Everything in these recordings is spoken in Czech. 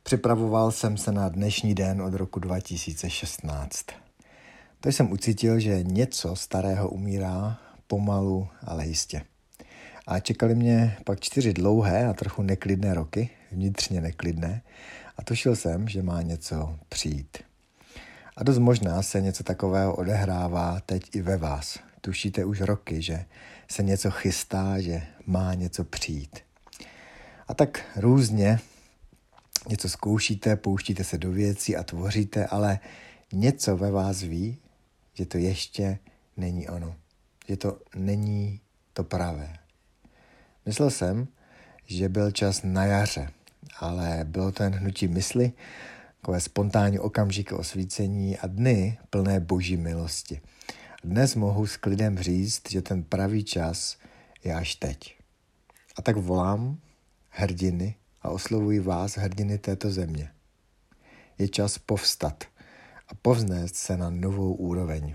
Připravoval jsem se na dnešní den od roku 2016. To jsem ucítil, že něco starého umírá pomalu, ale jistě. A čekali mě pak 4 dlouhé a trochu neklidné roky, vnitřně neklidné, a tušil jsem, že má něco přijít. A dost možná se něco takového odehrává teď i ve vás. Tušíte už roky, že se něco chystá, že má něco přijít. A tak různě něco zkoušíte, pouštíte se do věcí a tvoříte, ale něco ve vás ví, že to ještě není ono. Že to není to pravé. Myslel jsem, že byl čas na jaře, ale bylo to jen hnutí mysli, takové spontánní okamžiky osvícení a dny plné boží milosti. Dnes mohu s klidem říct, že ten pravý čas je až teď. A tak volám hrdiny a oslovuji vás, hrdiny této země. Je čas povstat a povznést se na novou úroveň.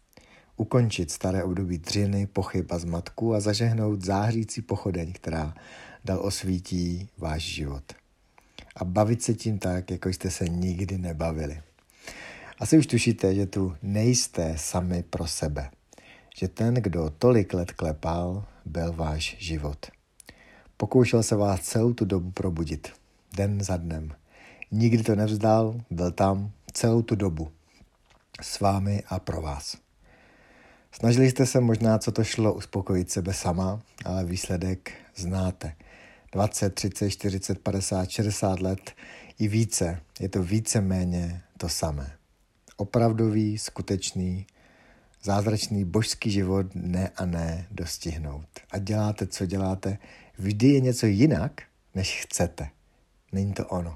Ukončit staré období dřiny, pochyb a zmatku a zažehnout zářící pochodeň, která dal osvítí váš život. A bavit se tím tak, jako jste se nikdy nebavili. Asi už tušíte, že tu nejste sami pro sebe. Že ten, kdo tolik let klepal, byl váš život. Pokoušel se vás celou tu dobu probudit. Den za dnem. Nikdy to nevzdal, byl tam celou tu dobu. S vámi a pro vás. Snažili jste se možná, co to šlo, uspokojit sebe sama, ale výsledek znáte. 20, 30, 40, 50, 60 let i více. Je to víceméně to samé. Opravdový, skutečný, zázračný božský život ne a ne dostihnout. A děláte, co děláte, vždy je něco jinak, než chcete. Není to ono.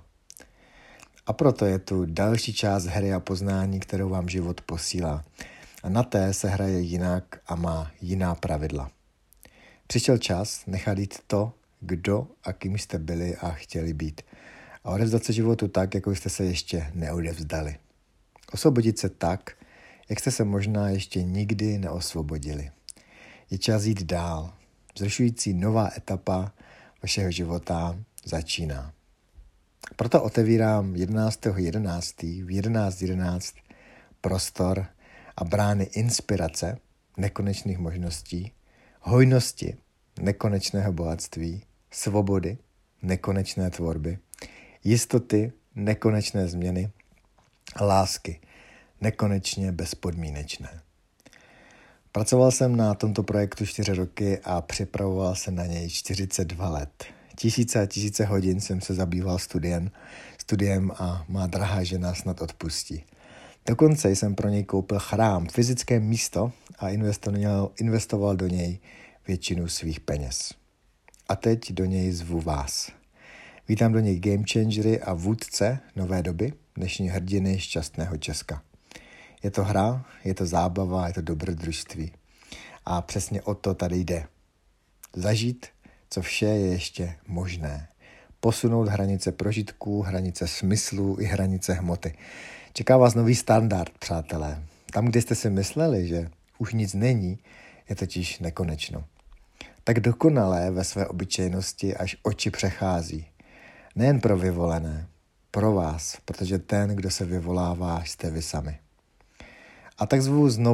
A proto je tu další část hry a poznání, kterou vám život posílá. A na té se hraje jinak a má jiná pravidla. Přišel čas nechat jít to, kdo a kým jste byli a chtěli být. A odevzdat se životu tak, jako jste se ještě neodevzdali. Osvobodit se tak, jak jste se možná ještě nikdy neosvobodili. Je čas jít dál. Vzrušující nová etapa vašeho života začíná. Proto otevírám 11.11. v 11.11 prostor a brány inspirace nekonečných možností, hojnosti nekonečného bohatství, svobody nekonečné tvorby, jistoty nekonečné změny a lásky nekonečně bezpodmínečné. Pracoval jsem na tomto projektu 4 roky a připravoval se na něj 42 let. Tisíce a tisíce hodin jsem se zabýval studiem a má drahá žena snad odpustí. Dokonce jsem pro něj koupil chrám, fyzické místo a investoval do něj většinu svých peněz. A teď do něj zvu vás. Vítám do něj game changery a vůdce nové doby, dnešní hrdiny šťastného Česka. Je to hra, je to zábava, je to dobrodružství. A přesně o to tady jde. Zažít, co vše je ještě možné. Posunout hranice prožitků, hranice smyslů i hranice hmoty. Čeká vás nový standard, přátelé. Tam, kde jste si mysleli, že už nic není, je totiž nekonečno. Tak dokonalé ve své obyčejnosti, až oči přechází. Nejen pro vyvolené, pro vás, protože ten, kdo se vyvolává, jste vy sami. A tak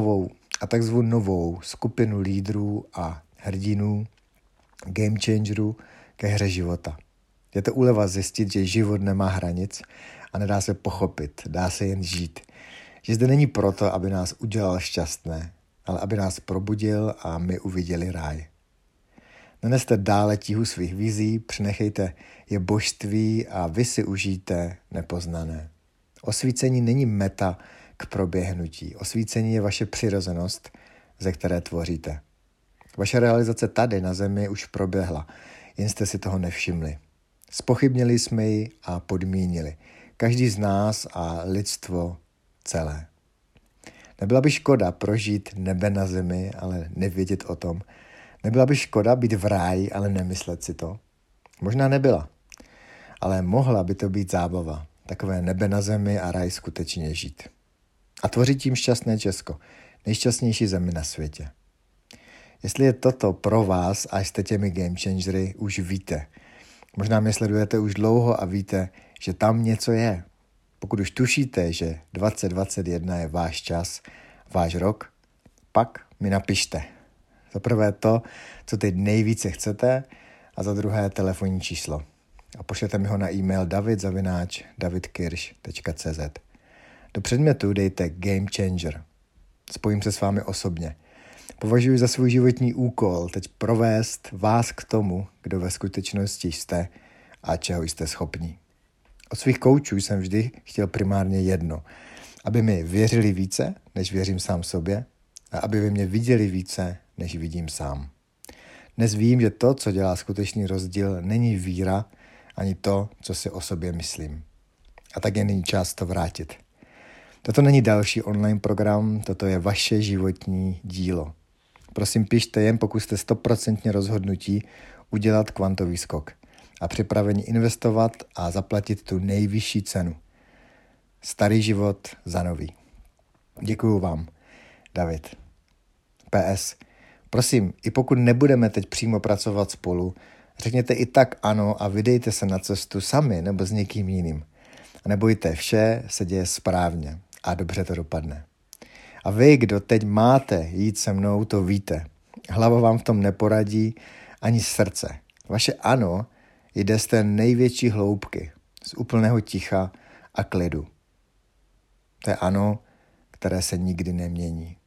zvu novou skupinu lídrů a hrdinů, game changerů ke hře života. Je to úleva zjistit, že život nemá hranic a nedá se pochopit, dá se jen žít. Že zde není proto, aby nás udělal šťastné, ale aby nás probudil a my uviděli ráj. Neneste dále tíhu svých vizí, přenechejte je božství a vy si užijte nepoznané. Osvícení není meta k proběhnutí. Osvícení je vaše přirozenost, ze které tvoříte. Vaše realizace tady na zemi už proběhla, jen jste si toho nevšimli. Zpochybnili jsme ji a podmínili. Každý z nás a lidstvo celé. Nebyla by škoda prožít nebe na zemi, ale nevědět o tom. Nebyla by škoda být v ráji, ale nemyslet si to. Možná nebyla, ale mohla by to být zábava. Takové nebe na zemi a ráj skutečně žít. A tvořit tím šťastné Česko. Nejšťastnější zemi na světě. Jestli je toto pro vás a jste těmi game changery, už víte, Možná mě sledujete už dlouho a víte, že tam něco je. Pokud už tušíte, že 2021 je váš čas, váš rok, pak mi napište. Za prvé to, co teď nejvíce chcete, a za druhé telefonní číslo. A pošlete mi ho na e-mail david@davidkirsch.cz. Do předmětu dejte Game Changer. Spojím se s vámi osobně. Považuji za svůj životní úkol teď provést vás k tomu, kdo ve skutečnosti jste a čeho jste schopní. Od svých koučů jsem vždy chtěl primárně jedno. Aby mi věřili více, než věřím sám sobě, a aby vy mě viděli více, než vidím sám. Dnes vím, že to, co dělá skutečný rozdíl, není víra, ani to, co si o sobě myslím. A tak je nyní čas to vrátit. Toto není další online program, toto je vaše životní dílo. Prosím, pište jen, pokud jste 100% rozhodnutí udělat kvantový skok a připraveni investovat a zaplatit tu nejvyšší cenu. Starý život za nový. Děkuju vám, David. PS. Prosím, i pokud nebudeme teď přímo pracovat spolu, řekněte i tak ano a vydejte se na cestu sami nebo s někým jiným. A nebojte, vše se děje správně a dobře to dopadne. A vy, kdo teď máte jít se mnou, to víte. Hlava vám v tom neporadí, ani srdce. Vaše ano jde z té největší hloubky, z úplného ticha a klidu. To je ano, které se nikdy nemění.